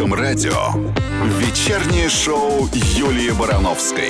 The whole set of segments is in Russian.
Русском радио вечернее шоу Юлии Барановской.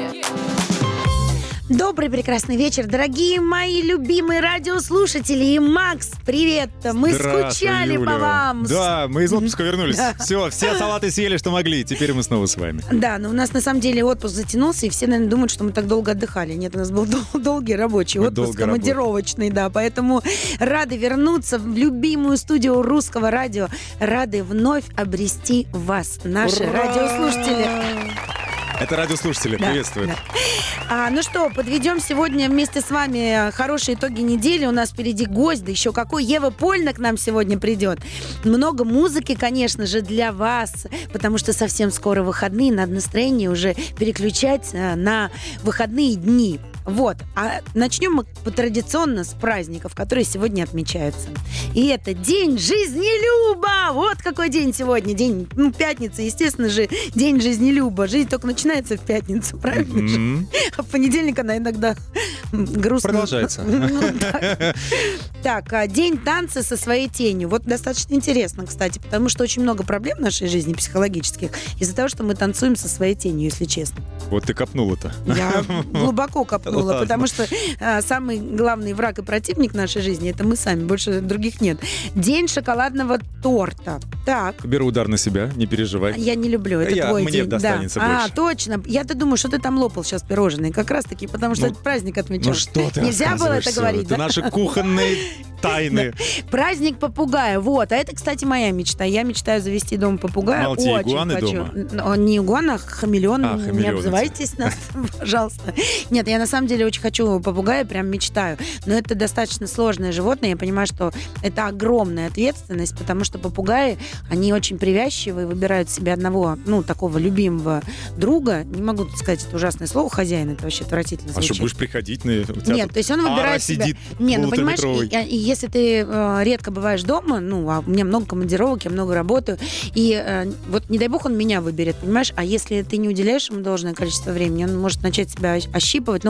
Добрый прекрасный вечер, дорогие мои любимые радиослушатели. И Макс, привет! Мы скучали Юля. по вам. Да, мы из отпуска вернулись. Да. Все салаты съели, что могли. Теперь мы снова с вами. Да, но у нас на самом деле отпуск затянулся, и все, наверное, думают, что мы так долго отдыхали. Нет, у нас был долгий рабочий Мы отпуск, долго командировочный, да. Поэтому рады вернуться в любимую студию Русского радио. Рады вновь обрести вас, наши Ура! радиослушатели. Это радиослушатели. Да, Приветствую. да. Ну что, подведем сегодня вместе с вами хорошие итоги недели. У нас впереди гость, да еще какой. Ева Польна к нам сегодня придет. Много музыки, конечно же, для вас, потому что совсем скоро выходные, надо настроение уже переключать на выходные дни. Вот. А начнем мы традиционно с праздников, которые сегодня отмечаются. И это День жизнелюба! Вот какой день сегодня. День, пятница, естественно же, День жизнелюба. Жизнь только начинается в пятницу, правильно же? А в понедельник она иногда грустно. Продолжается. Так, День танца со своей тенью. Вот достаточно интересно, кстати, потому что очень много проблем в нашей жизни психологических из-за того, что мы танцуем со своей тенью, если честно. Вот ты копнула-то. Я глубоко копнула, Ладно. потому что самый главный враг и противник нашей жизни — это мы сами, больше других нет. День шоколадного торта. Так. Беру удар на себя, не переживай. Я не люблю, это твой мне день. достанется да. больше. Точно. Я-то думаю, что ты там лопал сейчас пирожные, как раз-таки, потому что Ну, это праздник отмечен. Ну что ты Нельзя было рассказываешь это всё? говорить, Это да? наши кухонные тайны. Праздник попугая. Вот. А это, кстати, моя мечта. Я мечтаю завести дома попугая. Мало тебе Очень игуаны хочу. дома? Не игуана, а хамелеон. Не хамелеон. обзывайтесь нас, пожалуйста. Нет, я на самом деле очень хочу попугая, прям мечтаю. Но это достаточно сложное животное. Я понимаю, что это огромная ответственность, потому что попугаи, они очень привязчивые, выбирают себе одного, такого любимого друга. Не могу сказать это ужасное слово, хозяин, это вообще отвратительно А звучит. что, будешь приходить на... Нет, то есть он выбирает себя. сидит Не, понимаешь, полутораметровый. и если ты редко бываешь дома, а у меня много командировок, я много работаю, и вот не дай бог он меня выберет, понимаешь? А если ты не уделяешь ему должное количество времени, он может начать себя ощипывать.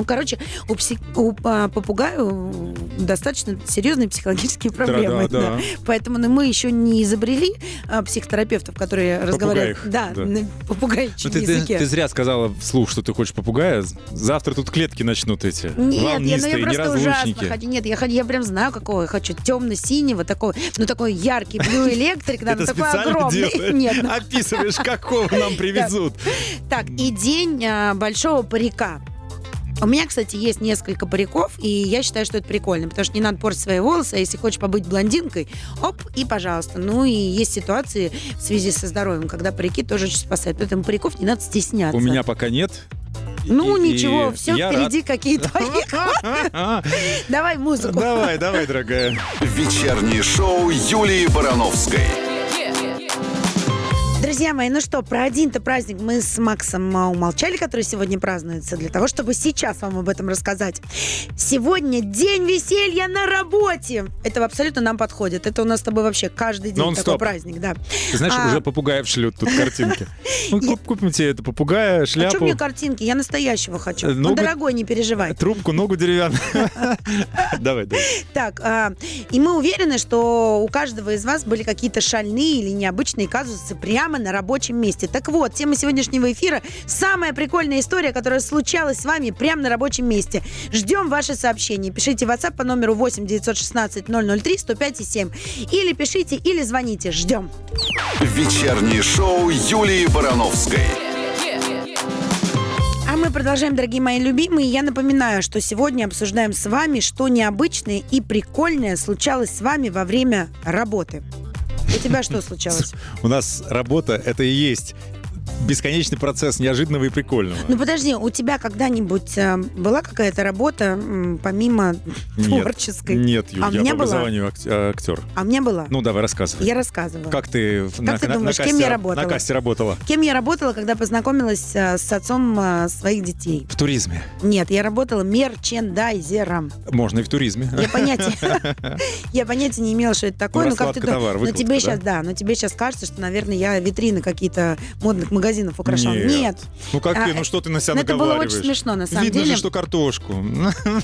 У попугая достаточно серьезные психологические проблемы. Да. Поэтому мы еще не изобрели психотерапевтов, которые разговаривают Да. на попугайчьем Ну, языке. ты зря сказала вслух, что ты хочешь попугая. Завтра тут клетки начнут эти. Нет, я волнистые, просто ужасно неразлучники. хочу. Нет, я прям знаю, какого я хочу. Темно-синего, такого, такой яркий Blue Electric, да, Это такой специально огромный. делаешь? Нет. Описываешь, какого нам привезут. Так, и день большого парика. У меня, кстати, есть несколько париков, и я считаю, что это прикольно, потому что не надо портить свои волосы, а если хочешь побыть блондинкой, оп, и пожалуйста. Ну и есть ситуации в связи со здоровьем, когда парики тоже очень спасают, поэтому париков не надо стесняться. У меня пока нет. Ничего, все я впереди какие-то. рад. Давай музыку. Давай, дорогая. Вечернее шоу Юлии Барановской. Друзья мои, ну что, про один-то праздник мы с Максом умолчали, который сегодня празднуется, для того, чтобы сейчас вам об этом рассказать. Сегодня день веселья на работе. Это абсолютно нам подходит. Это у нас с тобой вообще каждый день Нон-стоп. такой праздник, да. Ты знаешь, уже попугаев шлют тут картинки. Купим тебе это попугая, А что шляпу, мне картинки? Я настоящего хочу. Он Ногу- дорогой, не переживай. трубку, ногу деревянную. Давай. Так, и мы уверены, что у каждого из вас были какие-то шальные или необычные казусы прямо на рабочем месте. Так вот, тема сегодняшнего эфира – самая прикольная история, которая случалась с вами прямо на рабочем месте. Ждем ваши сообщения. Пишите в WhatsApp по номеру 8 916 003 105 7. Или пишите, или звоните. Ждем. Вечернее шоу Юлии Барановской. А мы продолжаем, дорогие мои любимые. Я напоминаю, что сегодня обсуждаем с вами, что необычное и прикольное случалось с вами во время работы. У тебя что случалось? У нас работа — это и есть бесконечный процесс неожиданного и прикольного. Ну подожди, у тебя когда-нибудь была какая-то работа помимо творческой? Нет, Юль, А у я меня по была. образованию актер. А у меня была. Ну, давай, рассказывай. Я рассказывала. Как ты ты думаешь, кем я работала? на кассе работала? Кем я работала, когда познакомилась с отцом своих детей? В туризме. Нет, я работала мерчендайзером. Можно и в туризме. Я понятия не имела, что это такое. Ну, Ну, как ты раскладка товара, думаешь? Но тебе выкладка, сейчас, да, но тебе сейчас кажется, что, наверное, я витрины какие-то модных магазинов украшала. Нет. Ну как ты, что ты на себя Ну, это было наговариваешь? очень смешно, на самом Видно деле. же, что картошку.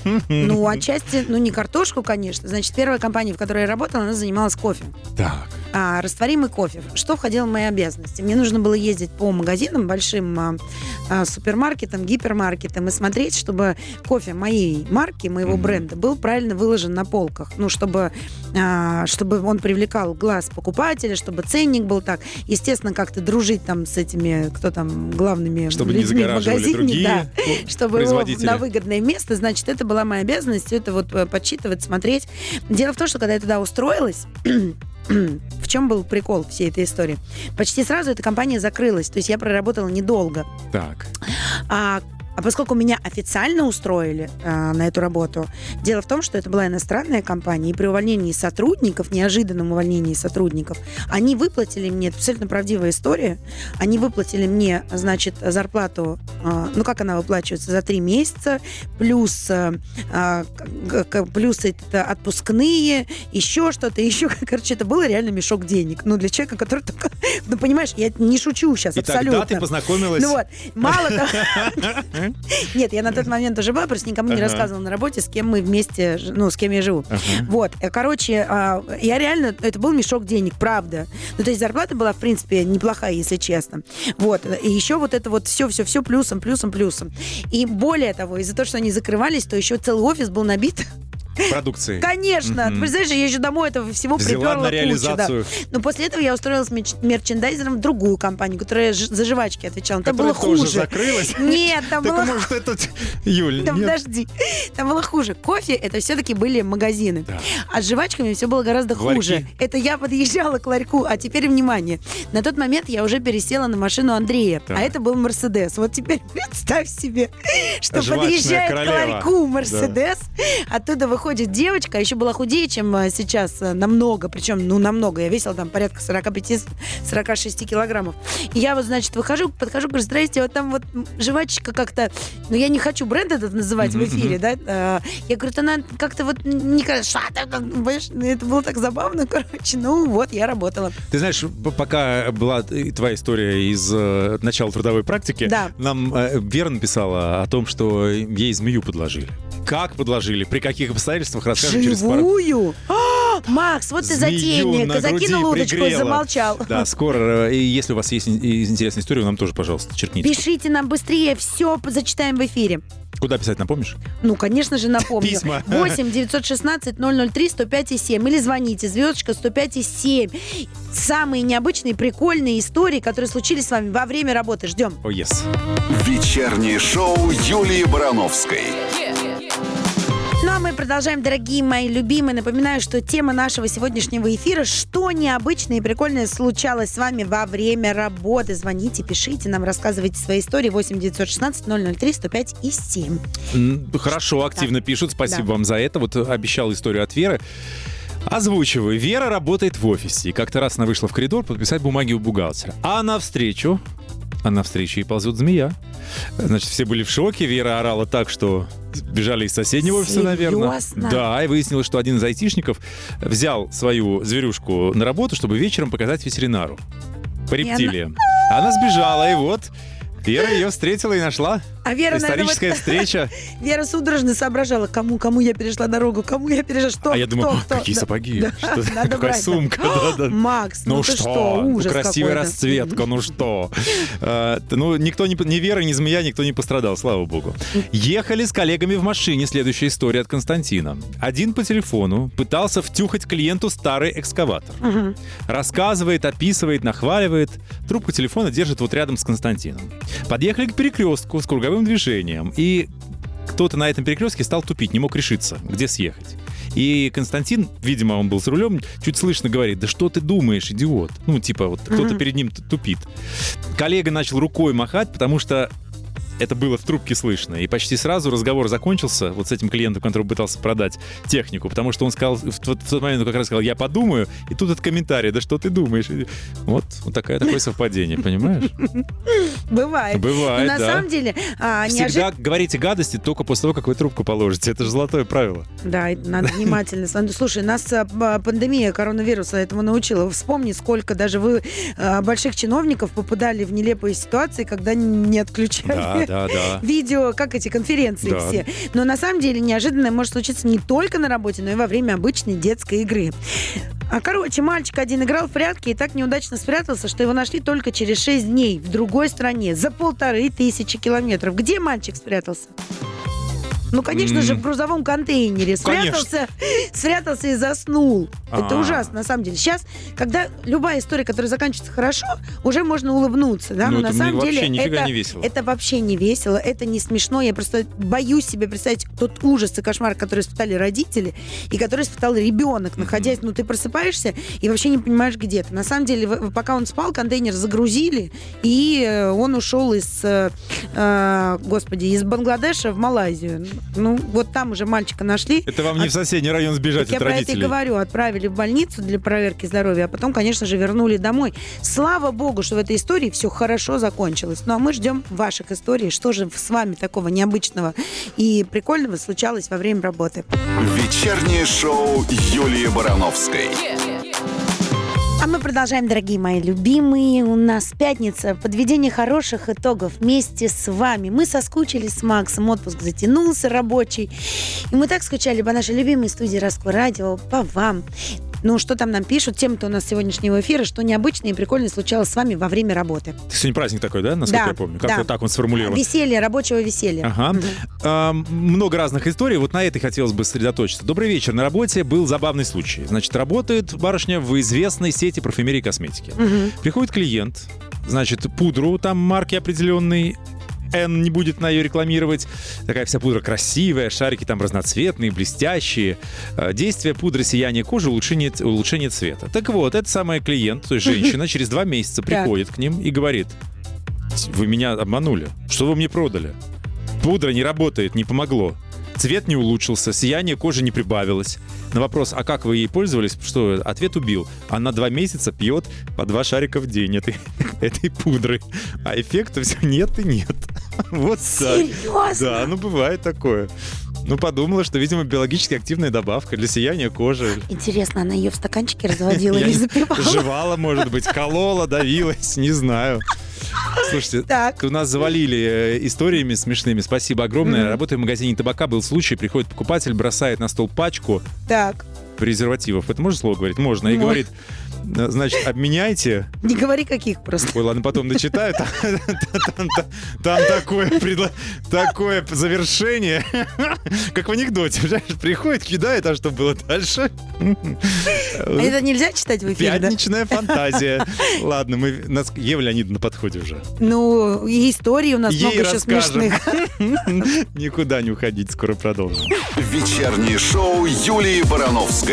Ну, отчасти, не картошку, конечно. Значит, первая компания, в которой я работала, она занималась кофе. Так. растворимый кофе. Что входило в мои обязанности? Мне нужно было ездить по магазинам, большим супермаркетам, гипермаркетам и смотреть, чтобы кофе моей марки, моего бренда был правильно выложен на полках. Ну, чтобы он привлекал глаз покупателя, чтобы ценник был так. Естественно, как-то дружить там с этими, кто там, главными чтобы людьми в магазине. Другие чтобы его на выгодное место. Значит, это была моя обязанность, все это вот подсчитывать, смотреть. Дело в том, что когда я туда устроилась, в чем был прикол всей этой истории? Почти сразу эта компания закрылась. То есть я проработала недолго. Так. А поскольку меня официально устроили на эту работу, дело в том, что это была иностранная компания, и при увольнении сотрудников, неожиданном увольнении сотрудников, они выплатили мне, это абсолютно правдивая история, они выплатили мне, значит, зарплату, как она выплачивается, за 3 месяца, плюс это отпускные, еще что-то, еще. Короче, это было реально мешок денег. Ну, для человека, который только... Ну, понимаешь, я не шучу сейчас, и абсолютно. И тогда ты познакомилась... Ну вот, мало того... Нет, я на тот момент уже была, просто никому не рассказывала на работе, с кем мы вместе, с кем я живу. Вот, короче, я реально, это был мешок денег, правда. Ну, то есть зарплата была, в принципе, неплохая, если честно. Вот, и еще вот это вот все плюсом. И более того, из-за того, что они закрывались, то еще целый офис был набит продукции. Конечно. Ты представляешь, я еще домой этого всего приперла на реализацию. кучу. Да. Но после этого я устроилась мерчендайзером в другую компанию, которая за жвачки отвечала. Там которая было хуже. Тоже закрылась? Нет, там было... Так может это... Юль, да подожди. Там было хуже. Кофе это все-таки были магазины. Да. А с жвачками все было гораздо хуже. Это я подъезжала к ларьку. А теперь, внимание, на тот момент я уже пересела на машину Андрея. Да. А это был Мерседес. Вот теперь представь себе, что подъезжает к ларьку Мерседес, оттуда выходит девочка, еще была худее, чем сейчас, намного, причем, намного. Я весила там порядка 45-46 килограммов. И я вот, значит, подхожу, говорю, здрасте, вот там вот жвачка как-то, я не хочу бренд этот называть в эфире, да, я говорю, она как-то вот не хороша, это было так забавно, короче, вот, я работала. Ты знаешь, пока была твоя история из начала трудовой практики, да. Нам Вера написала о том, что ей змею подложили. Как подложили, при каких обстоятельствах, расскажем через пару... Живую? Макс, вот ты затейник. Закинул удочку и замолчал. Да, скоро. И если у вас есть интересная история, нам тоже, пожалуйста, черкните. Пишите нам быстрее, все зачитаем в эфире. Куда писать, напомнишь? Конечно же, напомню. Письма. 8-916-003-105-7 или звоните, звездочка 105-7. Самые необычные, прикольные истории, которые случились с вами во время работы. Ждем. О, yes. Вечернее шоу Юлии Барановской. Ну, а мы продолжаем, дорогие мои любимые. Напоминаю, что тема нашего сегодняшнего эфира: что необычное и прикольное случалось с вами во время работы. Звоните, пишите нам, рассказывайте свои истории. 8-916-003-105-7. Хорошо, активно пишут. Спасибо вам за это. Вот обещал историю от Веры. Озвучиваю. Вера работает в офисе. И как-то раз она вышла в коридор подписать бумаги у бухгалтера. А навстречу ей ползет змея. Значит, все были в шоке. Вера орала так, что бежали из соседнего офиса, наверное. Да, и выяснилось, что один из айтишников взял свою зверюшку на работу, чтобы вечером показать ветеринару по рептилиям. Она сбежала, и вот Вера ее встретила и нашла. А Вера, историческая встреча. Вера судорожно соображала, кому я перешла дорогу, кому я перешла, что. А я думаю, какие сапоги, какая сумка. Макс, ну что, ужас красивая какой-то. расцветка, ну что. Никто, ни Вера, ни змея, никто не пострадал, слава богу. Ехали с коллегами в машине, следующая история от Константина. Один по телефону пытался втюхать клиенту старый экскаватор. Рассказывает, описывает, нахваливает. Трубку телефона держит вот рядом с Константином. Подъехали к перекрестку с круговым движением, и кто-то на этом перекрестке стал тупить, не мог решиться, где съехать. И Константин, видимо, он был за рулем, чуть слышно говорит: да что ты думаешь, идиот? Вот кто-то перед ним тупит. Коллега начал рукой махать, потому что это было в трубке слышно. И почти сразу разговор закончился вот с этим клиентом, который пытался продать технику, потому что он сказал, в тот момент он как раз сказал: я подумаю, и тут этот комментарий: да что ты думаешь? Вот такое совпадение, понимаешь? Бывает. Бывает, на самом деле... Всегда говорите гадости только после того, как вы трубку положите. Это же золотое правило. Да, надо внимательно. Слушай, нас пандемия коронавируса этому научила. Вспомни, сколько даже вы, больших чиновников, попадали в нелепые ситуации, когда не отключали видео, конференции все. Но на самом деле неожиданное может случиться не только на работе, но и во время обычной детской игры. Короче, мальчик один играл в прятки и так неудачно спрятался, что его нашли только через 6 дней в другой стране, за 1500 километров. Где мальчик спрятался? Ну, конечно же, в грузовом контейнере. Спрятался и заснул. Это ужасно, на самом деле. Сейчас, когда любая история, которая заканчивается хорошо, уже можно улыбнуться. Да? Ну, Но на самом деле не весело. Это вообще не весело, это не смешно. Я просто боюсь себе представить тот ужас и кошмар, который испытали родители и который испытал ребенок, находясь... Ну, ты просыпаешься и вообще не понимаешь, где ты. На самом деле, пока он спал, контейнер загрузили, и он ушел из Бангладеша в Малайзию. Ну, вот там уже мальчика нашли. Это вам не в соседний район сбежать от родителей. Я про это и говорю. Отправили в больницу для проверки здоровья, а потом, конечно же, вернули домой. Слава богу, что в этой истории все хорошо закончилось. Ну, а мы ждем ваших историй. Что же с вами такого необычного и прикольного случалось во время работы? Вечернее шоу Юлии Барановской. А мы продолжаем, дорогие мои любимые. У нас пятница. Подведение хороших итогов вместе с вами. Мы соскучились с Максом. Отпуск затянулся рабочий. И мы так скучали по нашей любимой студии «Русского радио», по вам. Ну, что там нам пишут? Тема-то у нас сегодняшнего эфира, что необычное и прикольное случалось с вами во время работы. Сегодня праздник такой, да, насколько я помню? Как вот так он сформулирован? Веселье, рабочего веселья. Ага. Много разных историй. Вот на этой хотелось бы сосредоточиться. Добрый вечер. На работе был забавный случай. Значит, работает барышня в известной сети парфюмерии и косметики. Приходит клиент, значит, пудру там марки определенной, N не будет на ее рекламировать. Такая вся пудра красивая, шарики там разноцветные, блестящие. Действие пудры, сияние кожи, улучшение цвета. Так вот, эта самая клиент, то есть женщина, через 2 месяца приходит к ним и говорит: вы меня обманули. Что вы мне продали? Пудра не работает, не помогло. Цвет не улучшился, сияние кожи не прибавилось. На вопрос, а как вы ей пользовались, что ответ убил. Она 2 месяца пьет по 2 шарика в день этой пудры. А эффекта все нет и нет. Вот так. Серьезно? Да, ну бывает такое. Ну, подумала, что, видимо, биологически активная добавка для сияния кожи. Интересно, она ее в стаканчике разводила или запивала? Жевала, может быть, колола, давилась, не знаю. Слушайте, у нас завалили историями смешными. Спасибо огромное. Работая в магазине табака, был случай, приходит покупатель, бросает на стол пачку презервативов. Это можно слово говорить? Можно. И говорит: значит, обменяйте. Не говори каких просто. Ой, ладно, потом дочитаю. Там такое завершение, как в анекдоте. Приходит, кидает, а что было дальше? Это нельзя читать в эфире, да? Пятничная фантазия. Ладно, Ева Леонидовна на подходе уже. Ну, и истории у нас много еще смешных. Никуда не уходить, скоро продолжим. Вечернее шоу Юлии Барановской.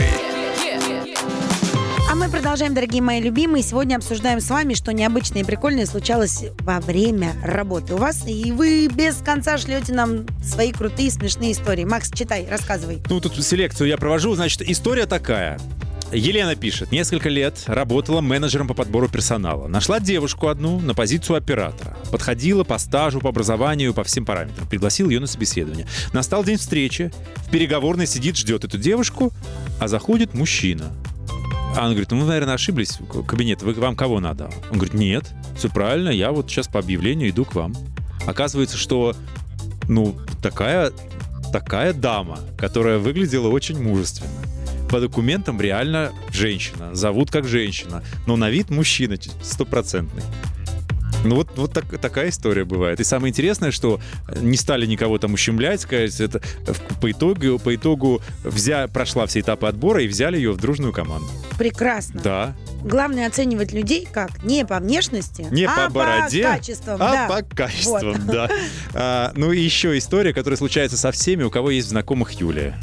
А мы продолжаем, дорогие мои любимые. Сегодня обсуждаем с вами, что необычное и прикольное случалось во время работы у вас. И вы без конца шлете нам свои крутые, смешные истории. Макс, читай, рассказывай. Ну, тут селекцию я провожу. Значит, история такая. Елена пишет: несколько лет работала менеджером по подбору персонала. Нашла девушку одну на позицию оператора. Подходила по стажу, по образованию, по всем параметрам. Пригласил ее на собеседование. Настал день встречи. В переговорной сидит, ждет эту девушку, а заходит мужчина. Она говорит: ну, вы, наверное, ошиблись, кабинет, вам кого надо? Он говорит: нет, все правильно, я вот сейчас по объявлению иду к вам. Оказывается, что, ну, такая дама, которая выглядела очень мужественно. По документам реально женщина, зовут как женщина, но на вид мужчина 100%. Ну вот такая история бывает. И самое интересное, что не стали никого там ущемлять, сказать, это по итогу прошла все этапы отбора и взяли ее в дружную команду. Прекрасно. Да. Главное оценивать людей как не по внешности, не по бороде, по качествам. По качествам, вот. Да. Ну и еще история, которая случается со всеми, у кого есть в знакомых Юлия.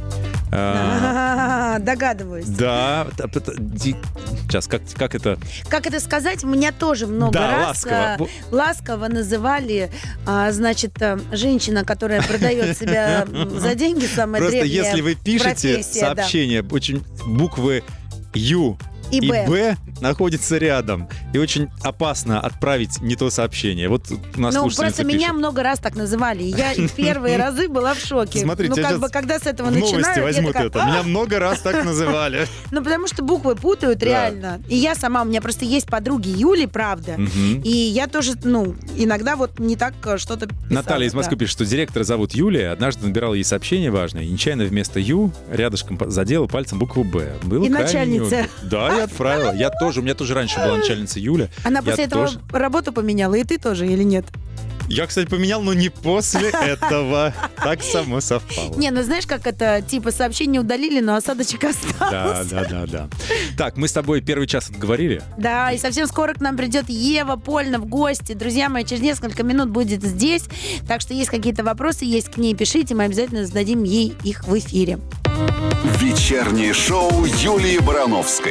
Догадываюсь. Да. Сейчас, как это? Как это сказать? Меня тоже много раз ласково называли, значит, женщина, которая продает себя за деньги, самая древняя профессия. Просто если вы пишете сообщение, очень буквы Ю И Б. Б находится рядом. И очень опасно отправить не то сообщение. Вот у нас Ну, слушательница просто меня пишет. много раз так называли. И я и в первые разы была в шоке. Смотрите, ну, я как щас бы, когда с этого В новости начинают, я возьмут такая, это. Меня много раз так называли. Ну, потому что буквы путают Да. реально. И я сама, у меня просто есть подруги Юли, правда. Мгм. И я тоже, иногда вот не так что-то писала. Наталья из Москвы да. пишет, что директора зовут Юлия. Однажды набирала ей сообщение важное. И нечаянно вместо Ю рядышком задела пальцем букву Б. Было И крайне начальница. неудобно. Да, я отправила. У меня тоже раньше была начальница Юля. Она Я после этого тоже. работу поменяла, и ты тоже, или нет? Я, кстати, поменял, но не после этого. Так само совпало. Не, ну знаешь, как это, типа, сообщение удалили, но осадочек остался. Да. Так, мы с тобой первый час отговорили. Да, и совсем скоро к нам придет Ева Польна в гости. Друзья мои, через несколько минут будет здесь. Так что есть какие-то вопросы, есть к ней, пишите, мы обязательно зададим ей их в эфире. Вечернее шоу Юлии Барановской.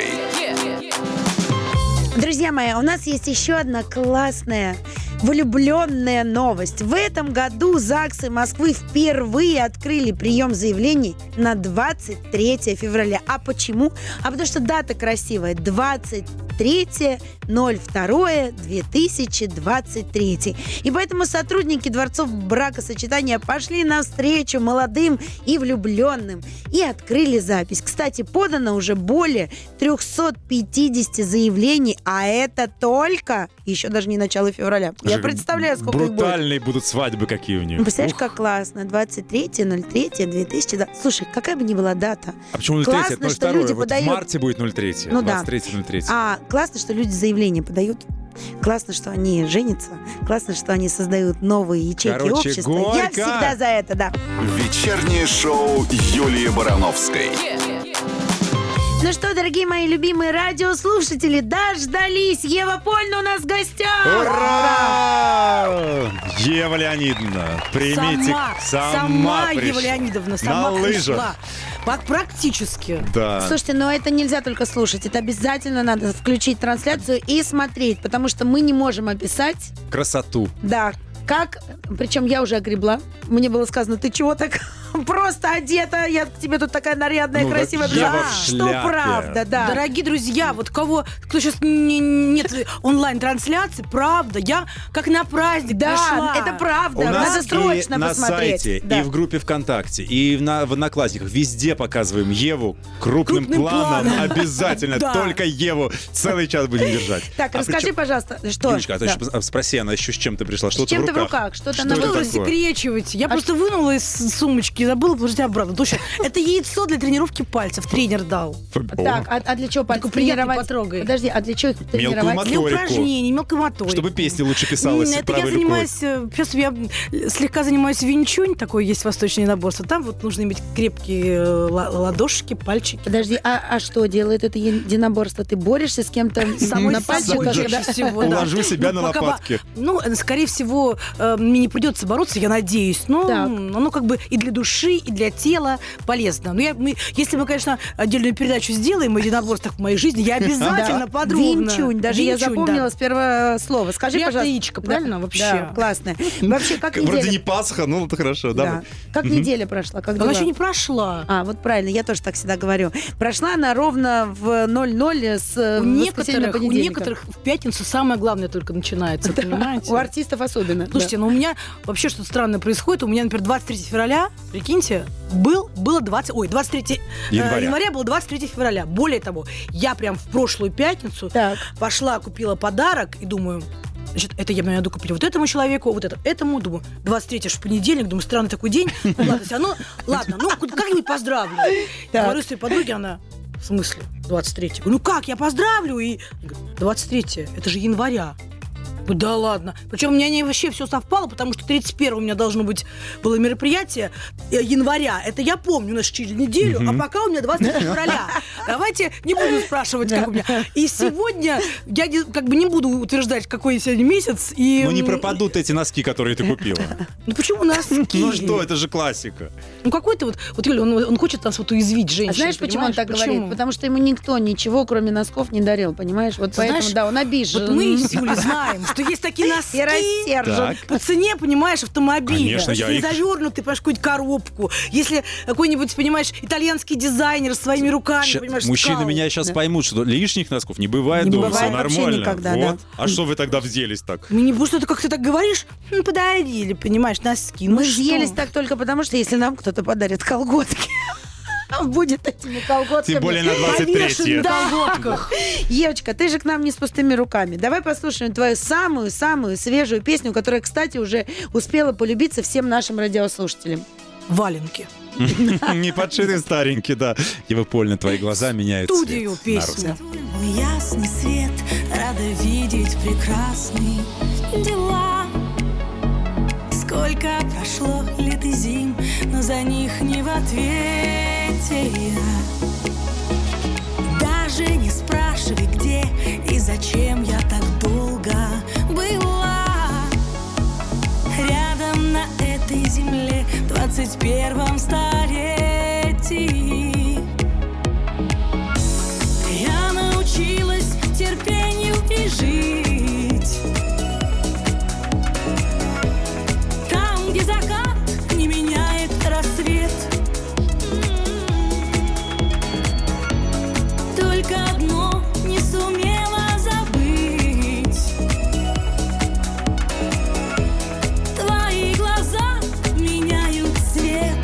Друзья мои, у нас есть еще одна классная, влюбленная новость. В этом году ЗАГСы Москвы впервые открыли прием заявлений на 23 февраля. А почему? А потому что дата красивая. 23.02.2023. И поэтому сотрудники дворцов бракосочетания пошли навстречу молодым и влюбленным и открыли запись. Кстати, подано уже более 350 заявлений, а это только еще даже не начало февраля. Я представляю, сколько их будет. Брутальные будут свадьбы какие у них. Ну, представляешь, как классно. 23.03.2002. Слушай, какая бы ни была дата. А почему 03? Классно, Это что 02. люди Вот подают- в марте будет 03. Ну да. 23.03. А классно, что люди заявления подают. Классно, что они женятся. Классно, что они создают новые ячейки Короче, общества. Я горько. всегда за это, да. Вечернее шоу Юлии Барановской. Ну что, дорогие мои любимые радиослушатели, дождались! Ева Польна у нас в гостях! Ура! Ева Леонидовна, примите. Сама пришла. Ева Леонидовна, сама На лыжах. пришла. Практически. Да. Слушайте, но это нельзя только слушать. Это обязательно надо включить трансляцию и смотреть, потому что мы не можем описать, Красоту. да, как... Причем я уже огребла. Мне было сказано, ты чего так просто одета? Я к тебе тут такая нарядная, Ну, красивая. так Ева Да, в что шляпе. правда, да. Дорогие друзья, вот кто сейчас нет онлайн-трансляции, правда, я как на праздник Да, пришла. это правда. У нас Надо срочно и на посмотреть. сайте, Да. и в группе ВКонтакте, и в Одноклассниках. Везде показываем Еву крупным Крупным планом. планом. Обязательно. Да. Только Еву. Целый час будем держать. Так, А расскажи, причем- пожалуйста, что? Юлечка, а ты Да. еще спроси, она еще с чем-то пришла? С Что-то чем-то в руках. Что-то Что на это Что выборе. такое? рассекречивать? Я А просто вынула из сумочки и забыла положить обратно. Точно, это яйцо для тренировки пальцев тренер дал. Так, а для чего пальцы Такой приятный, тренировать? потрогай. Подожди, а для чего их тренировать? моторику. Для упражнений, мелкой моторики. Чтобы песни лучше писалась Это правой я рукой. занимаюсь, сейчас я слегка занимаюсь винчунь, такое есть восточное единоборство. Там вот нужно иметь крепкие ладошки, пальчики. Подожди, а что делает это единоборство? Ты борешься с кем-то Самой на с собой пальчиках? чаще да? всего, да. Уложу себя на пока лопатки. скорее всего, мне не придется бороться, я надеюсь. Но Так. оно как бы и для души, и для тела полезно. Но если мы, конечно, отдельную передачу сделаем о единоборствах в моей жизни, я обязательно подробно. Винчунь, даже я Винчунь, запомнила да. с первого слова. Скажи, Приятное пожалуйста. яичко, правильно, вообще? Да, классно. Вообще, как Вроде неделя? не Пасха, ну это хорошо. Да. Давай. Как неделя прошла? Как Она дела? еще не прошла. А, вот правильно, я тоже так всегда говорю. Прошла она ровно в 00 с воскресенья на У понедельник. некоторых в пятницу самое главное только начинается, понимаете? У артистов особенно. Слушайте, ну у меня вообще что-то странное происходит. У меня, например, 23 февраля, прикиньте, было 23 января было 23 февраля. Более того, я прям в прошлую пятницу Так. пошла, купила подарок и думаю, значит, это я надо купить вот этому человеку, вот этому. Думаю, 23-й ж в понедельник, думаю, странный такой день. Ладно, как-нибудь поздравлю. Так. Говорю своей подруге, она, в смысле, 23-й? Говорю, ну как, я поздравлю? И 23-е, это же января. Да ладно. Причем у меня не вообще все совпало, потому что 31-го у меня должно быть было мероприятие января. Это я помню, у нас через неделю, а пока у меня 23 февраля. Давайте не буду спрашивать, как у меня. И сегодня я не буду утверждать, какой сегодня месяц. И, Ну не пропадут эти носки, которые ты купила. Ну почему носки? Ну что, это же классика. Ну какой-то вот Юля, он хочет нас вот уязвить женщин. А знаешь, почему он понимаешь? так Почему? говорит? Потому что ему никто ничего, кроме носков, не дарил, понимаешь? Вот Знаешь, поэтому, да, он обижен. Вот мы с Юлей знаем, что есть такие И носки рассержен. Так. по цене, понимаешь, автомобиля. Конечно, я Если их- завернутый, понимаешь, какую-нибудь коробку. Если какой-нибудь, понимаешь, итальянский дизайнер своими руками, понимаешь, Мужчины ткал. меня сейчас поймут, что лишних носков не бывает Не дома, бывает все вообще нормально. никогда, Вот. да. А что вы тогда взялись так? Мы не будем, что ты как ты так говоришь, подарили, понимаешь, носки. Ну Мы что? съелись так только потому, что если нам кто-то подарит колготки, он будет этими колготками. Тем более на Повешен 23-е. на колготках. Евочка, ты же к нам не с пустыми руками. Давай послушаем твою самую-самую свежую песню, которая, кстати, уже успела полюбиться всем нашим радиослушателям. Валенки. Не подшитый старенький, да. Ева Польна, твои глаза меняют Студию цвет. На песню. русском. Мой ясный свет, рада видеть прекрасные дела. Сколько прошло лет и зим, но за них не в ответе я. Даже не спрашивай, где и зачем я так долго была рядом на этой земле в 21 столетии. Я научилась терпению и жить там, где закат не меняет рассвет. Только одно не сумела забыть: твои глаза меняют цвет.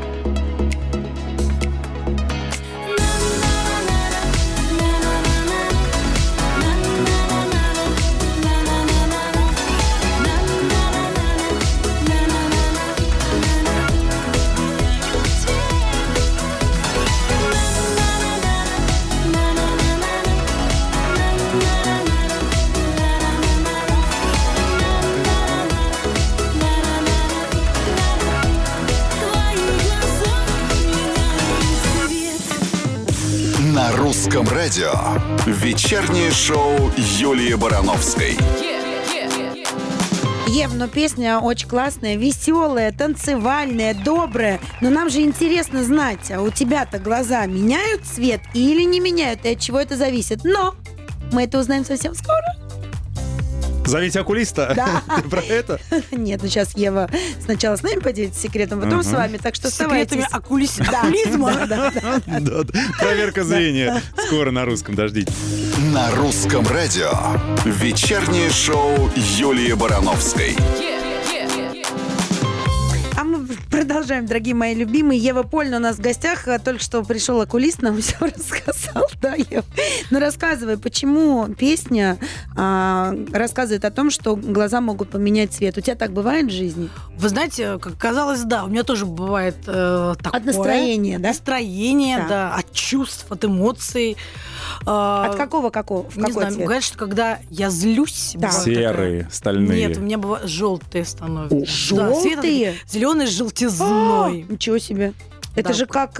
На русском радио вечернее шоу Юлии Барановской. Ев, но песня очень классная, веселая, танцевальная, добрая. Но нам же интересно знать, а у тебя-то глаза меняют цвет или не меняют, и от чего это зависит? Но мы это узнаем совсем скоро. Зовите окулиста. Да. Ты про это? Нет, ну сейчас Ева сначала с нами поделится секретом, потом с вами, так что Секретами оставайтесь. окулизма. Да, да. Проверка зрения. Скоро на русском, дождитесь. На русском радио вечернее шоу Юлии Барановской. А мы продолжаем, дорогие мои любимые. Ева Польна у нас в гостях. Только что пришел окулист, нам все рассказал. Да, Ева? Ну, рассказывай, почему песня рассказывает о том, что глаза могут поменять цвет. У тебя так бывает в жизни? Вы знаете, как казалось, да, у меня тоже бывает такое. От настроения, да? Настроение, Да. да, от чувств, от эмоций. От какого? В Не какой знаю, цвет? говорят, что когда я злюсь... Да. бывает Серые, такая- стальные. Нет, у меня бывает желтые становятся. Желтые? Зеленый с желтизной. Ничего себе. Это Да. же как,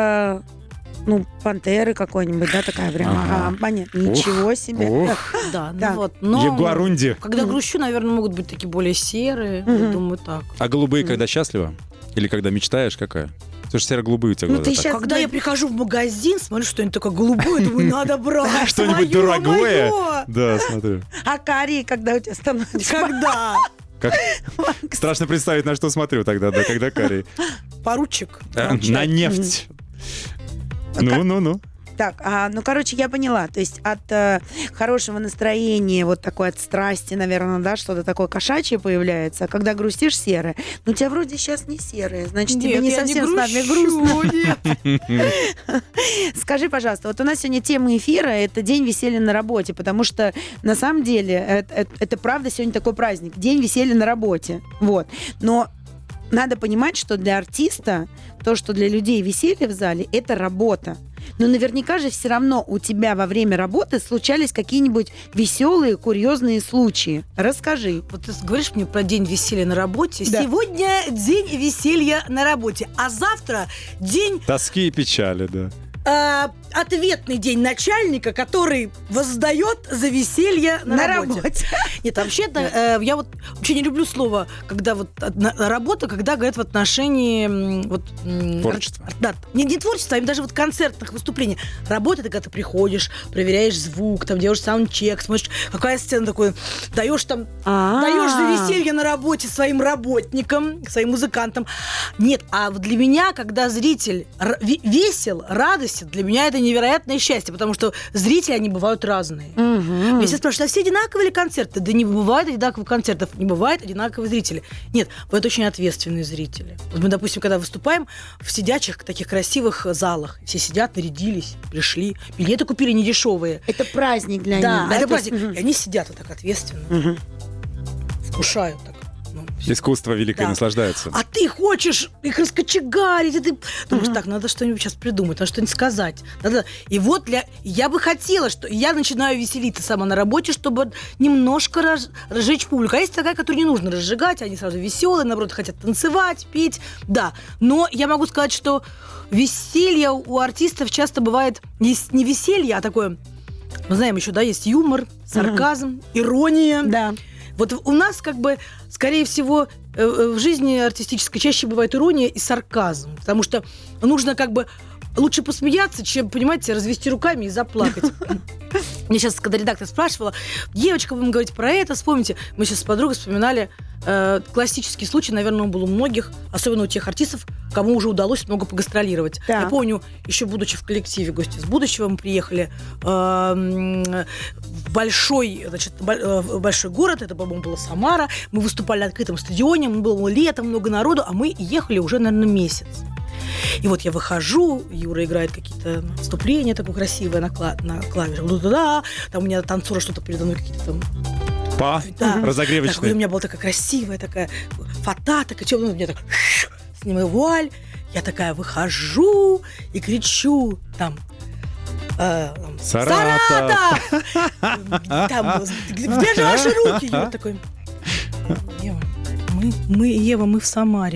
пантеры какой-нибудь, да, такая прям. Ага. Ага, понятно. Ничего себе. Ух. Да, ну Так. вот. Но Ягуарунди. когда грущу, наверное, могут быть такие более серые. Мгм. Я думаю, так. А голубые, когда счастлива? Или когда мечтаешь, какая? Потому что серо-голубые у тебя Ну, глаза. ты так. щас- Когда я прихожу в магазин, смотрю, что-нибудь такое голубое, думаю, надо брать. Что-нибудь Моё, дорогое? моё. Да, смотрю. А карие, когда у тебя становится? Когда? Как страшно представить, на что смотрю тогда, да, когда карий. Поручик. На нефть. Ну. Так, я поняла. То есть от хорошего настроения, вот такой от страсти, наверное, да, что-то такое кошачье появляется. А когда грустишь, серое. Ну, у тебя вроде сейчас не серое, значит, тебе не совсем с нами грустно. Скажи, пожалуйста, вот у нас сегодня тема эфира — это День веселья на работе, потому что на самом деле это правда сегодня такой праздник, День веселья на работе. Вот. Но надо понимать, что для артиста то, что для людей веселье в зале, это работа. Но наверняка же все равно у тебя во время работы случались какие-нибудь веселые, курьезные случаи. Расскажи. Вот ты говоришь мне про день веселья на работе. Да. Сегодня день веселья на работе, а завтра день Тоски и печали, да. ответный день начальника, который воздает за веселье на работе. Нет, вообще-то я вот вообще не люблю слово, когда вот работа, когда говорят в отношении вот, творчества. Да, не творчества, а именно даже вот концертных выступлений. Работа — это когда ты приходишь, проверяешь звук, там делаешь саундчек, смотришь, какая сцена такой, даешь за веселье на работе своим работникам, своим музыкантам. Нет, а вот для меня, когда зритель весел, радостен, для меня это невероятное счастье, потому что зрители, они бывают разные. Меня все спрашивают, а все одинаковые ли концерты? Да не бывает одинаковых концертов, не бывает одинаковых зрителей. Нет, бывают очень ответственные зрители. Вот мы, допустим, когда выступаем в сидячих таких красивых залах, все сидят, нарядились, пришли, билеты купили недешевые. Это праздник для них. Да, это праздник. И они сидят вот так ответственно, вкушают так. Искусство великое, наслаждаются. А ты хочешь их раскочегарить, и ты думаешь, так, надо что-нибудь сейчас придумать, надо что-нибудь сказать. И вот я бы хотела, что я начинаю веселиться сама на работе, чтобы немножко разжечь публику. А есть такая, которую не нужно разжигать, они сразу веселые, наоборот, хотят танцевать, петь. Да, но я могу сказать, что веселье у артистов часто бывает не веселье, а такое, мы знаем еще, да, есть юмор, сарказм, ирония. Да. Вот у нас, как бы, скорее всего, в жизни артистической чаще бывает ирония и сарказм. Потому что нужно, как бы, лучше посмеяться, чем, понимаете, развести руками и заплакать. Мне сейчас, когда редактор спрашивала, девочка, вы говорите про это, вспомните. Мы сейчас с подругой вспоминали классический случай, наверное, он был у многих, особенно у тех артистов, кому уже удалось много погастролировать. Так. Я помню, еще будучи в коллективе «Гости из будущего», мы приехали в большой город, это, по-моему, была Самара, мы выступали на открытом стадионе, было летом, много народу, а мы ехали уже, наверное, месяц. И вот я выхожу, Юра играет какие-то вступления такое красивое на клавишах. Там у меня танцоры что-то передо мной какие-то там... разогревочные. Так, у меня была такая красивая, такая фата, такая, у меня так снимаю вуаль, я такая выхожу и кричу там... Саратов! Там, где же ваши руки? Юра такой... Ева, мы в Самаре.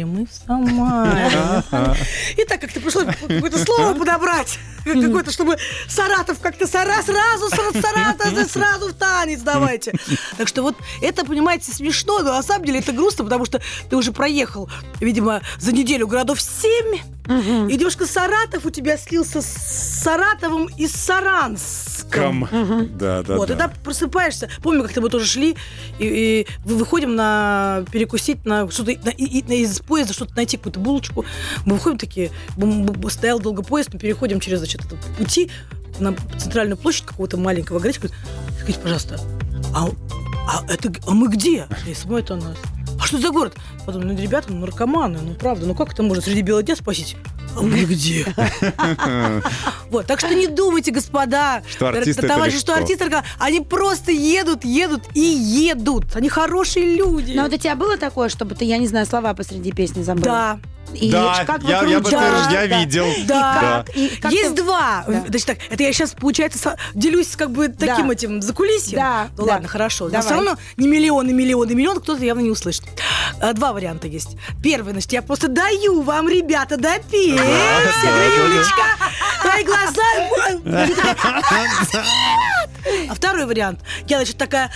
И так как-то пришлось какое-то слово подобрать, какое-то, чтобы Саратов как-то сразу Саратов, сразу в танец давайте. Так что вот это, понимаете, смешно, но на самом деле это грустно, потому что ты уже проехал, видимо, за неделю городов 7, и немножко Саратов у тебя слился с Саратовым и с Саранском. Да. Вот, и там просыпаешься. Помню, как-то мы тоже шли, и выходим на перекусить, на что-то, из поезда что-то найти, какую-то булочку. Мы выходим такие, стоял долго поезд, мы переходим через, значит, это пути на центральную площадь какого-то маленького городка. Скажите, пожалуйста, а мы где? И смотрят на нас. А что за город? Потом, ребята, наркоманы, правда, как это можно среди бела дня спасить? А мы где? Вот, так что не думайте, господа, что артисты товарищи, что артисты, они просто едут и едут. Они хорошие люди. Но вот у тебя было такое, чтобы ты, я не знаю, слова посреди песни забыла? Да. И как я видел. Да. Есть два. Значит так, это я сейчас, получается, делюсь как бы таким этим закулисьем. Да. Ну ладно, хорошо. Но все равно не миллион, кто-то явно не услышит. Два варианта есть. Первый, значит, я просто даю вам, ребята, допеть. Юлечка, твои глаза... А второй вариант. Я, значит, такая,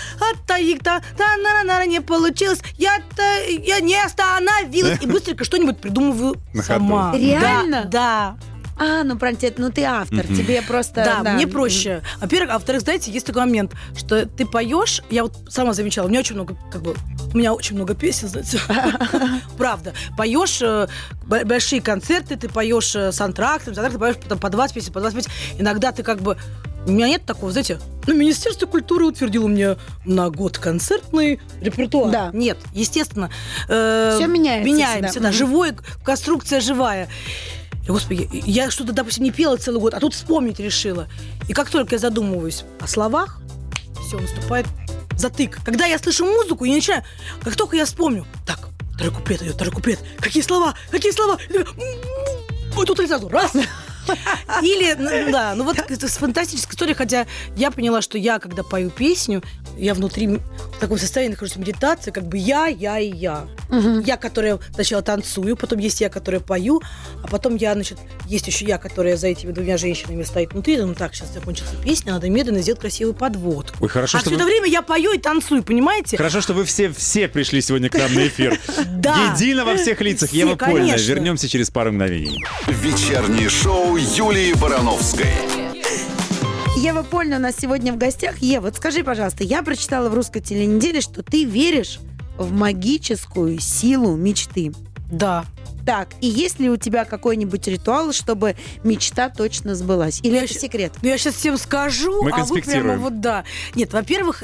не получилось, я не остановилась. И быстренько что-нибудь придумываю сама. Реально? Да. Ты автор, тебе просто... Да, мне проще. Во-первых, во-вторых, знаете, есть такой момент, что ты поешь, я вот сама замечала, у меня очень много песен, знаете. Правда. Поешь большие концерты, ты поешь с антрактом, ты поешь по 20 песен, Иногда ты как бы... У меня нет такого, знаете, Министерство культуры утвердило мне на год концертный репертуар. Да. Нет, естественно. Все меняется. Меняемся, да. Живой, конструкция живая. И, господи, я что-то, допустим, не пела целый год, а тут вспомнить решила. И как только я задумываюсь о словах, все, наступает затык. Когда я слышу музыку, я начинаю, как только я вспомню, так, второй куплет идет, какие слова? Вот тут сразу, раз, Или, ну вот это фантастическая история, хотя я поняла, что я, когда пою песню, я внутри в таком состоянии нахожусь в медитации, как бы я и я. Я, которая сначала танцую, потом есть я, которая пою, а потом я, значит, есть еще я, которая за этими двумя женщинами стоит внутри. Я думаю, так, сейчас закончится песня, надо медленно сделать красивую подводку. Ой, хорошо, А что все это время я пою и танцую, понимаете? Хорошо, что вы все пришли сегодня к нам на эфир. Да. Едино во всех лицах. Все, Ева Польна. конечно. Вернемся через пару мгновений. Вечернее шоу Юлии Барановской. Ева Польна у нас сегодня в гостях. Ева, вот скажи, пожалуйста, я прочитала в «Русской теленеделе», что ты веришь в магическую силу мечты. Да. Так, и есть ли у тебя какой-нибудь ритуал, чтобы мечта точно сбылась? Или это секрет? Ну, я сейчас всем скажу, Мы а вы конспектируем. прямо вот да. Нет, во-первых,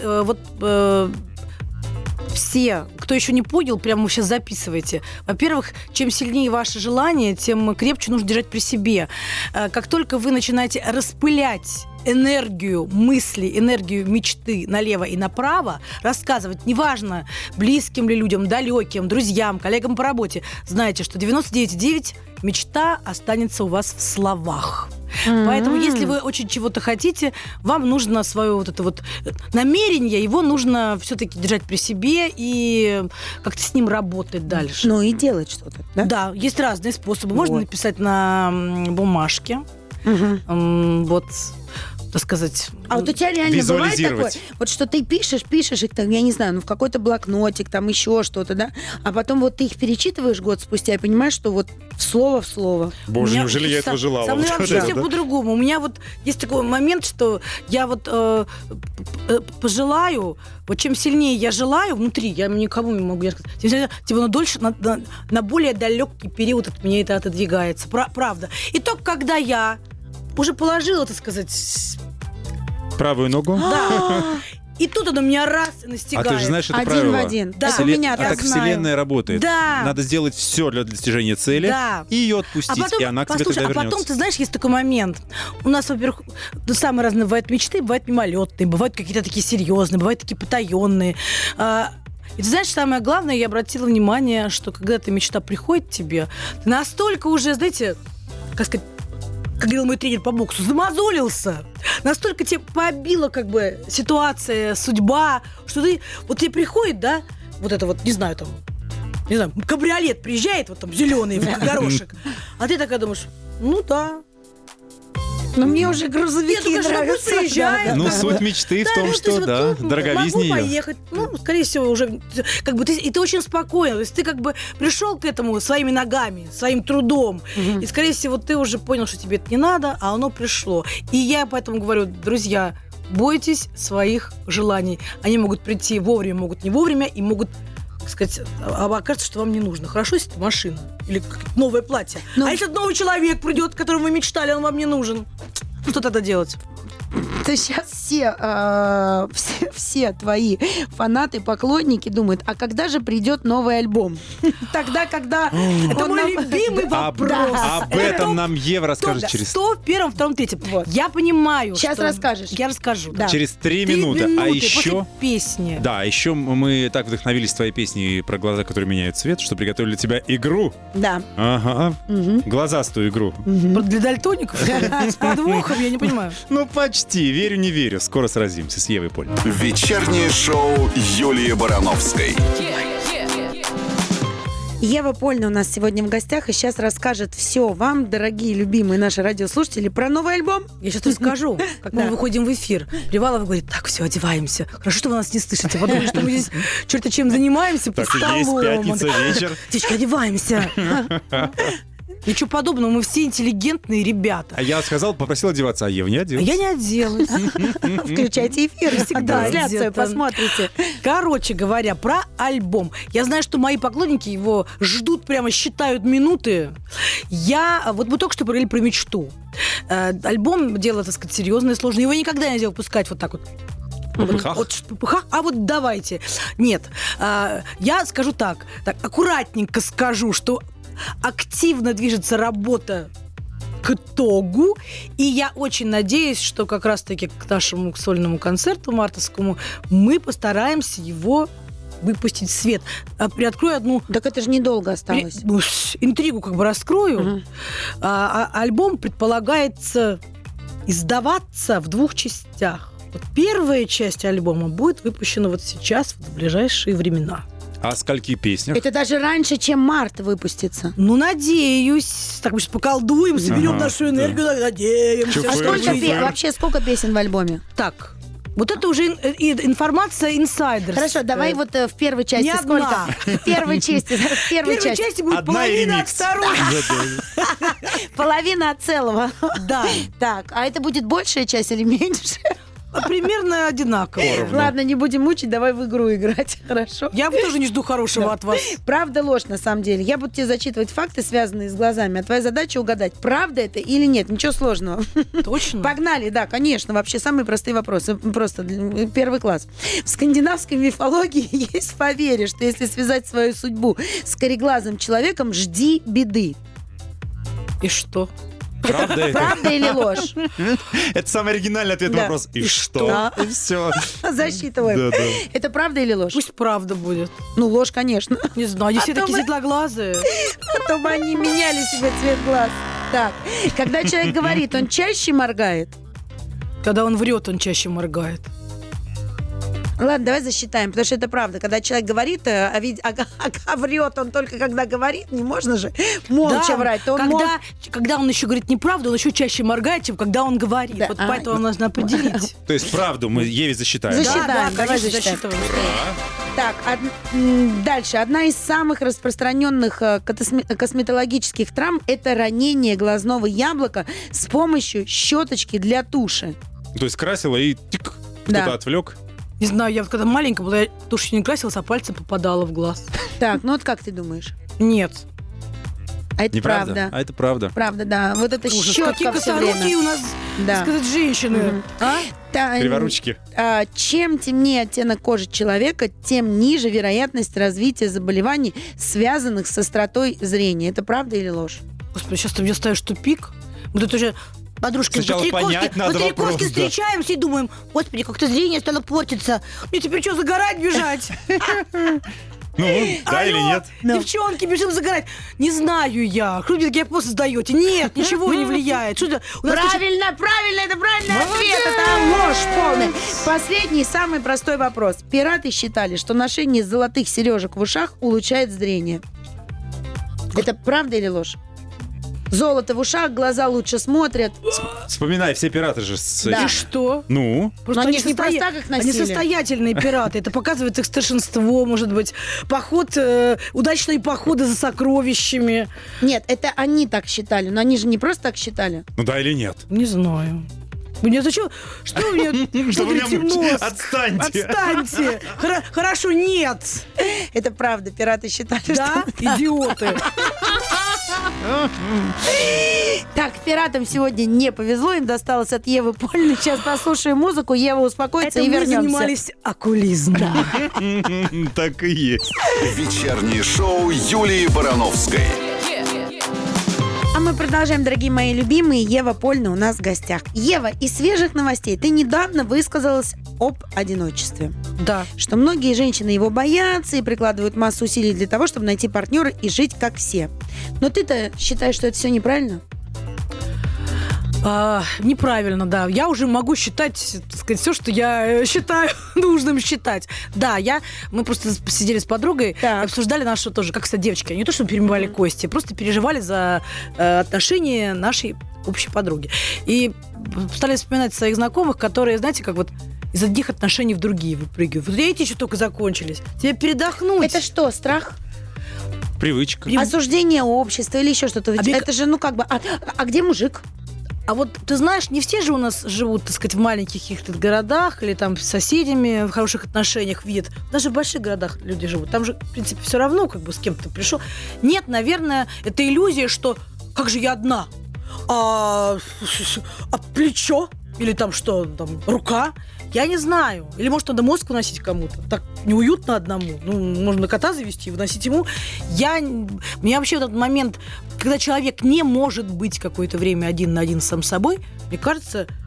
все, кто еще не понял, прямо сейчас записывайте. Во-первых, чем сильнее ваше желание, тем крепче нужно держать при себе. Как только вы начинаете распылять энергию мысли, энергию мечты налево и направо, рассказывать, неважно, близким ли людям, далеким, друзьям, коллегам по работе, знаете, что 99,9 мечта останется у вас в словах. Поэтому, если вы очень чего-то хотите, вам нужно свое вот это вот намерение, его нужно все-таки держать при себе и как-то с ним работать дальше. Ну и делать что-то, да? Да, есть разные способы. Можно Вот. написать на бумажке. Вот, так сказать. А вот у тебя реально бывает такое, Визуализировать. вот что ты пишешь, и там, я не знаю, ну в какой-то блокнотик, там еще что-то, да, а потом вот ты их перечитываешь год спустя и понимаешь, что вот слово в слово. Боже, У меня неужели я этого желала? Со мной Вот вообще это, все да? по-другому. У меня вот есть такой момент, что я вот пожелаю, вот чем сильнее я желаю внутри, я никому не могу сказать, тем сильнее, типа, на дольше, на более далекий период от меня это отодвигается. Правда. И только когда я уже положила, так сказать, Правую ногу? да, и тут оно меня раз и А настигает. ты же знаешь это Один правило. в один. Да. Это у меня А так так. знаю. Вселенная работает. Да. Надо сделать все для достижения цели Да. и ее отпустить, и она к тебе послушай, тогда а потом, вернется. ты знаешь, есть такой момент. У нас, во-первых, самые разные бывают мечты, бывают мимолетные, бывают какие-то такие серьезные, бывают такие потаенные. И ты знаешь, самое главное, я обратила внимание, что когда эта мечта приходит к тебе, ты настолько уже, знаете, как сказать, как говорил мой тренер по боксу, замазолился. Настолько тебе побила как бы ситуация, судьба, что ты, вот тебе приходит, да, вот это вот, не знаю, кабриолет приезжает, вот там зеленый горошек, а ты такая думаешь, ну да. Но мне уже грузовики Нет, ну, конечно, нравятся. пусть приезжает. Да, Ну, да. суть мечты в том, ну, то что, есть вот, да, ну, дороговизне могу ее. поехать. Ну, скорее всего, уже как бы ты очень спокоен. То есть ты как бы пришел к этому своими ногами, своим трудом. И, скорее всего, ты уже понял, что тебе это не надо, а оно пришло. И я поэтому говорю, друзья, бойтесь своих желаний. Они могут прийти вовремя, могут не вовремя, и могут, так сказать, окажется, что вам не нужно. Хорошо, если это машина или новое платье. Ну, а если новый человек придет, о котором вы мечтали, он вам не нужен. Что тогда делать? То сейчас все твои фанаты, поклонники думают, а когда же придет новый альбом? Тогда, когда... Это он мой нам- любимый вопрос. Об Это этом топ- нам Ева расскажет топ через 100 в первом, втором, третьем. Вот. Я понимаю, Сейчас что... расскажешь. Я расскажу. Да. через 3 3 минуты. А еще... после песни. Да, еще мы так вдохновились твоей песней про глаза, которые меняют цвет, что приготовили для тебя игру. Да. Ага. Мгм. Глазастую игру. Для дальтоников? С подвохом, я не понимаю. Ну, почти. Верю, не верю. Скоро сразимся с Евой Польной. Вечернее шоу Юлии Барановской. Ева Польна у нас сегодня в гостях и сейчас расскажет все вам, дорогие, любимые наши радиослушатели, про новый альбом. Я сейчас расскажу, как мы Да. выходим в эфир. Привалова говорит, так, все, одеваемся. Хорошо, что вы нас не слышите. Подумали, что мы здесь черт чем занимаемся под Так и есть, столом. пятница, вечер. Девочки, одеваемся. Ничего подобного, мы все интеллигентные ребята. А я сказал, попросил одеваться, а Ева не А оделась. я не оделась. Включайте эфир, Всегда трансляцию, где-то. посмотрите. Короче говоря, про альбом. Я знаю, что мои поклонники его ждут, прямо считают минуты. Вот мы только что поговорили про мечту. Альбом — дело, так сказать, серьезное, сложное. Его никогда нельзя выпускать вот так вот. Пыхах. А вот давайте. Нет. Я скажу так, аккуратненько скажу, что активно движется работа к итогу, и я очень надеюсь, что как раз-таки к нашему сольному концерту мартовскому мы постараемся его выпустить в свет. Приоткрою одну Так это же недолго осталось. интригу как бы раскрою. Мгм. Альбом предполагается издаваться в 2 частях. Вот первая часть альбома будет выпущена вот сейчас, в ближайшие времена. А о скольки песнях? Это даже раньше, чем март выпустится. Ну, надеюсь. Так мы сейчас поколдуем, соберем Ага, нашу энергию, надеемся. Чё, А Фу, сколько фу, фу. вообще сколько песен в альбоме? Так, вот это уже информация инсайдерская. Хорошо, давай вот в первой части Не сколько? одна. В первой части. В В первой первой части. части будет Одна и половина от ремикс. второй. Половина от целого. Да, Так, а это будет большая часть или меньше? примерно одинаково. Поровну. Ладно, не будем мучить, давай в игру играть, хорошо? Я тоже не жду хорошего от вас. Правда, ложь, на самом деле. Я буду тебе зачитывать факты, связанные с глазами, а твоя задача угадать, правда это или нет. Ничего сложного. Точно? Погнали, да, конечно. Вообще самые простые вопросы. Просто первый класс. В скандинавской мифологии есть поверье, что если связать свою судьбу с кореглазым человеком, жди беды. И что? Правда это? Правда или ложь? Это самый оригинальный ответ на Да. вопрос. И И что? что? И все. Засчитываем. Да, да. Это правда или ложь? Пусть правда будет. Ну, ложь, конечно. Не знаю, они А все то такие мы- светлоглазые. А то бы они меняли себе цвет глаз. Так, когда человек говорит, он чаще моргает. Когда он врет, он чаще моргает. Ладно, давай засчитаем, потому что это правда. Когда человек говорит, а врет он только когда говорит, не можно же молча Да, врать. То он когда он еще говорит неправду, он еще чаще моргает, чем когда он говорит. Да. Вот поэтому нужно определить. То есть правду мы Еве засчитаем. Засчитаем. Да, давай конечно, засчитаем. засчитываем. Так, дальше. Одна из самых распространенных косметологических травм – это ранение глазного яблока с помощью щеточки для туши. То есть красила и тик, Да. кто-то отвлек. Не знаю, я вот когда маленькая была, я тушью не красилась, а пальцем попадала в глаз. Так, ну вот как ты думаешь? Нет. А это Неправда. правда. А это правда. Правда, да. Вот это Ужас, щетка какие все косорукие время. у нас, Да. так сказать, женщины. Мгм. А? Криворучки. Чем темнее оттенок кожи человека, тем ниже вероятность развития заболеваний, связанных с остротой зрения. Это правда или ложь? Господи, сейчас ты мне ставишь тупик. Мы тут уже подружки Сначала понять надо вопрос, да. встречаемся и думаем, господи, как-то зрение стало портиться. Мне теперь что, загорать бежать? Ну, да или Алло, нет? девчонки, бежим загорать. Не знаю я. Что вы такие вопросы задаете? Нет, ничего не влияет. Что это? У нас Правильно, правильно, это правильный ответ. Это ложь полная. Последний, самый простой вопрос. Пираты считали, что ношение золотых сережек в ушах улучшает зрение. Это правда или ложь? Золото в ушах, глаза лучше смотрят. Вспоминай, все пираты же с Да. И что? Ну, Но они ж не просто так их Они носили. состоятельные пираты. Это показывает их старшинство, может быть, поход, удачные походы за сокровищами. Нет, это они так считали. Но они же не просто так считали. ну да или нет? Не знаю. Мне зачем? Что вы мне Что вы меня смотрите в мучите? нос? Отстаньте. Отстаньте. Хорошо, нет. Это правда, пираты считали, Да? Идиоты. Так, пиратам сегодня не повезло, им досталось от Евы Польны. Сейчас послушаем музыку, Ева успокоится Это и мы вернемся. занимались оккулизмом. Так и есть. Вечернее шоу Юлии Барановской. А мы продолжаем, дорогие мои любимые. Ева Польна у нас в гостях. Ева, из свежих новостей ты недавно высказалась об одиночестве. Да. Что многие женщины его боятся и прикладывают массу усилий для того, чтобы найти партнера и жить как все. Но ты-то считаешь, что это все неправильно? Неправильно, да. Я уже могу считать, так сказать, все, что я считаю нужным считать. Да, мы просто сидели с подругой Так. и обсуждали нашу тоже, как стать девочкой. Не то, что перемывали кости, просто переживали за отношения нашей общей подруги. И стали вспоминать своих знакомых, которые, знаете, как вот из одних отношений в другие выпрыгивают. Вот эти еще только закончились. Тебе передохнуть. Это что, страх? Привычка. Осуждение общества или еще что-то? А Это же, ну как бы... А где мужик? А вот, ты знаешь, не все же у нас живут, так сказать, в маленьких каких-то городах или там с соседями в хороших отношениях видят. Даже в больших городах люди живут. Там же, в принципе, все равно, как бы, с кем ты пришел. Нет, наверное, это иллюзия, что как же я одна? А плечо? Или там что, там, рука? Я не знаю. Или, может, надо мозг выносить кому-то. Так неуютно одному. Ну, можно кота завести и выносить ему. Мне вообще этот момент, когда человек не может быть какое-то время один на один с сам собой, мне кажется,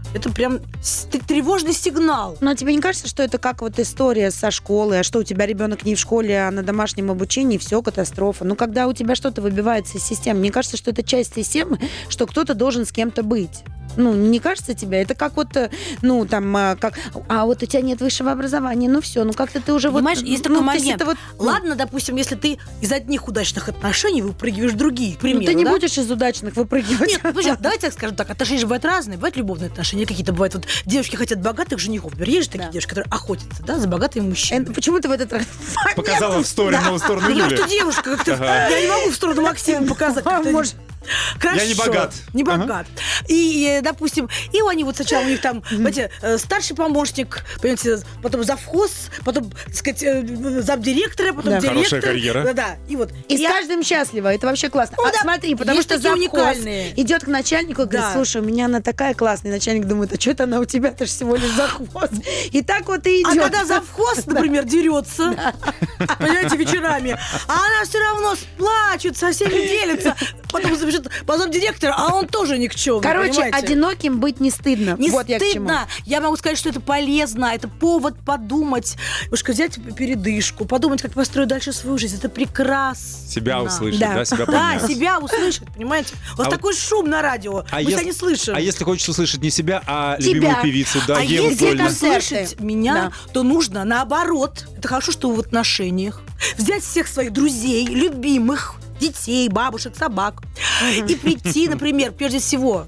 это прям тревожный сигнал. Но тебе не кажется, что это как вот история со школы, а что у тебя ребенок не в школе, а на домашнем обучении, все, катастрофа. Ну, когда у тебя что-то выбивается из системы, мне кажется, что это часть системы, что кто-то должен с кем-то быть. Ну, не кажется тебе? Это как вот, ну, там, а вот у тебя нет высшего образования, ну все, ну как-то ты уже Понимаешь, вот... есть такой ну, то есть момент. это вот, Ладно, допустим, если ты из одних удачных отношений выпрыгиваешь в другие, к примеру, ну, ты не да? будешь из удачных выпрыгивать. Нет, подожди, давайте так скажем так, отношения же бывают разные, бывают любовные отношения, какие-то бывают, вот девушки хотят богатых женихов, например, есть же такие девушки, которые охотятся, да, за богатыми мужчинами. Почему ты в этот раз... Показала в сторону Потому Юли. что девушка как-то... Я не могу в сторону Максима показать. как-то. Может, Хорошо. Я не богат. Не богат. И, допустим, и они вот сначала у них там, понимаете, старший помощник, понимаете, потом завхоз, потом, так сказать, замдиректора, потом Да. директор. Хорошая карьера. Да, и вот. И с Я- каждым счастливо, это вообще классно. Ну А да, смотри, потому есть что такие завхоз уникальные. идет к начальнику и говорит, Да. слушай, у меня она такая классная. Начальник думает, а что это она у тебя, ты же всего лишь завхоз. И так вот и А идет. когда завхоз, например, дерется, понимаете, вечерами, а она все равно плачет, со всеми делится, потом запишет позов директора, а он тоже никчемный, Короче, понимаете? одиноким быть не стыдно. Не вот я к чему. стыдно. Я могу сказать, что это полезно, это повод подумать, немножко взять передышку, подумать, как построить дальше свою жизнь. Это прекрасно. Себя услышать, Да. да, себя Да, понять. себя услышать, понимаете? У вас А такой шум на радио, мы себя не слышим. А если хочешь услышать не себя, а Тебя. любимую певицу, да, А Еву если Польну. услышать меня, Да. то нужно наоборот. Это хорошо, что вы в отношениях. Взять всех своих друзей, любимых, детей, бабушек, собак. И прийти, например, прежде всего,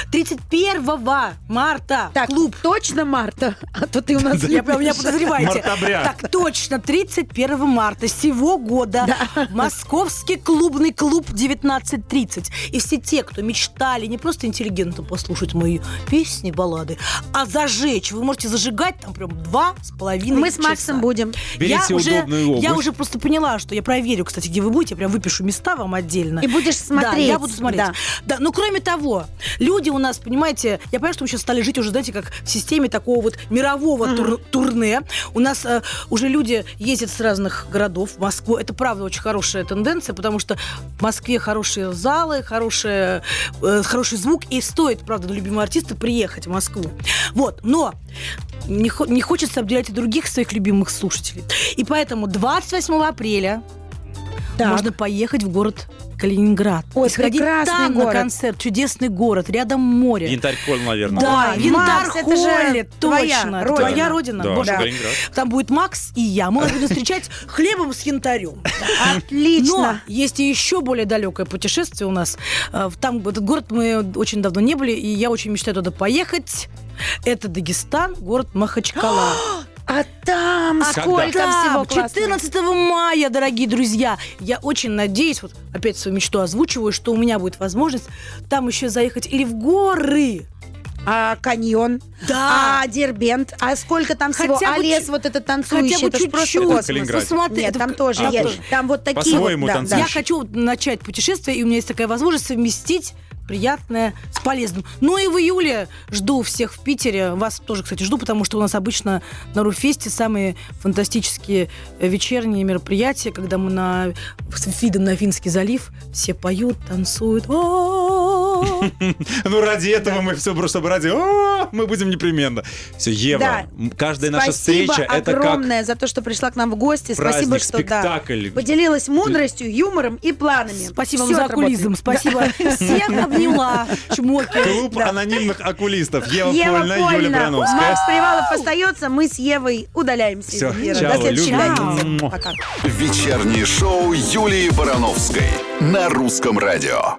31 марта Так, клуб. точно марта? А то ты у нас... Я прям меня подозреваете. Мартабря. Так точно, 31 марта сего года Московский клубный клуб 19:30. И все те, кто мечтали не просто интеллигентно послушать мои песни, баллады, а зажечь. Вы можете зажигать там прям 2,5 Мы с часа. Максом будем. Берите удобную обувь. Я уже просто поняла, что я проверю, кстати, где вы будете. Я прям выпишу места вам отдельно. И будешь смотреть. Да, я буду смотреть. Да. Да, но кроме того, люди у нас, понимаете, я понимаю, что мы сейчас стали жить уже, знаете, как в системе такого вот мирового турне. У нас уже люди ездят с разных городов в Москву. Это, правда, очень хорошая тенденция, потому что в Москве хорошие залы, хороший звук, и стоит, правда, для любимого артиста приехать в Москву. Вот, но не хочется обделять и других своих любимых слушателей. И поэтому 28 апреля Так. можно поехать в город Калининград. Ой, и сходить прекрасный там город. на концерт. Чудесный город, рядом море. Янтарь-Холл, наверное. Да, Ой, Янтарь Макс, это же Холле, твоя точно. родина. Твоя родина. Да, Боже мой. Калининград. Там будет Макс и я. Мы вас будем встречать хлебом с янтарем. Но Отлично. есть и еще более далекое путешествие у нас. Там этот город мы очень давно не были, и я очень мечтаю туда поехать. Это Дагестан, город Махачкала. А там сколько Да, всего классного. 14 мая, дорогие друзья. Я очень надеюсь, вот опять свою мечту озвучиваю, что у меня будет возможность там еще заехать или в горы. А каньон, Да. а Дербент, а сколько там всего, Хотя а бы лес чуть- вот этот танцующий, хотя бы это же просто чуть-чуть. космос. Калининград. Посмотри, Нет, это там в- тоже а, есть. тоже. Там вот такие По-своему вот, танцующий. Я хочу начать путешествие, и у меня есть такая возможность совместить приятное с полезным. Ну и в июле жду всех в Питере. Вас тоже, кстати, жду, потому что у нас обычно на Руфесте самые фантастические вечерние мероприятия, когда мы с видом на Финский залив все поют, танцуют. Ну, ради этого мы все, чтобы мы будем непременно. Все, Ева, Да. каждая наша Спасибо встреча, это как огромное за то, что пришла к нам в гости. праздник, Спасибо, что спектакль. поделилась мудростью, юмором и планами. Спасибо вам Всё за отработали. окулизм. Спасибо. Всех обняла. Чмоки. клуб анонимных окулистов. Ева Ева Польна, Юлия Польна. Барановская. Макс Привалов остается. Мы с Евой удаляемся Всё, из эфира. чао, До следующей любим. пятницы. Чао. Пока. Вечернее шоу Юлии Барановской на Русском радио.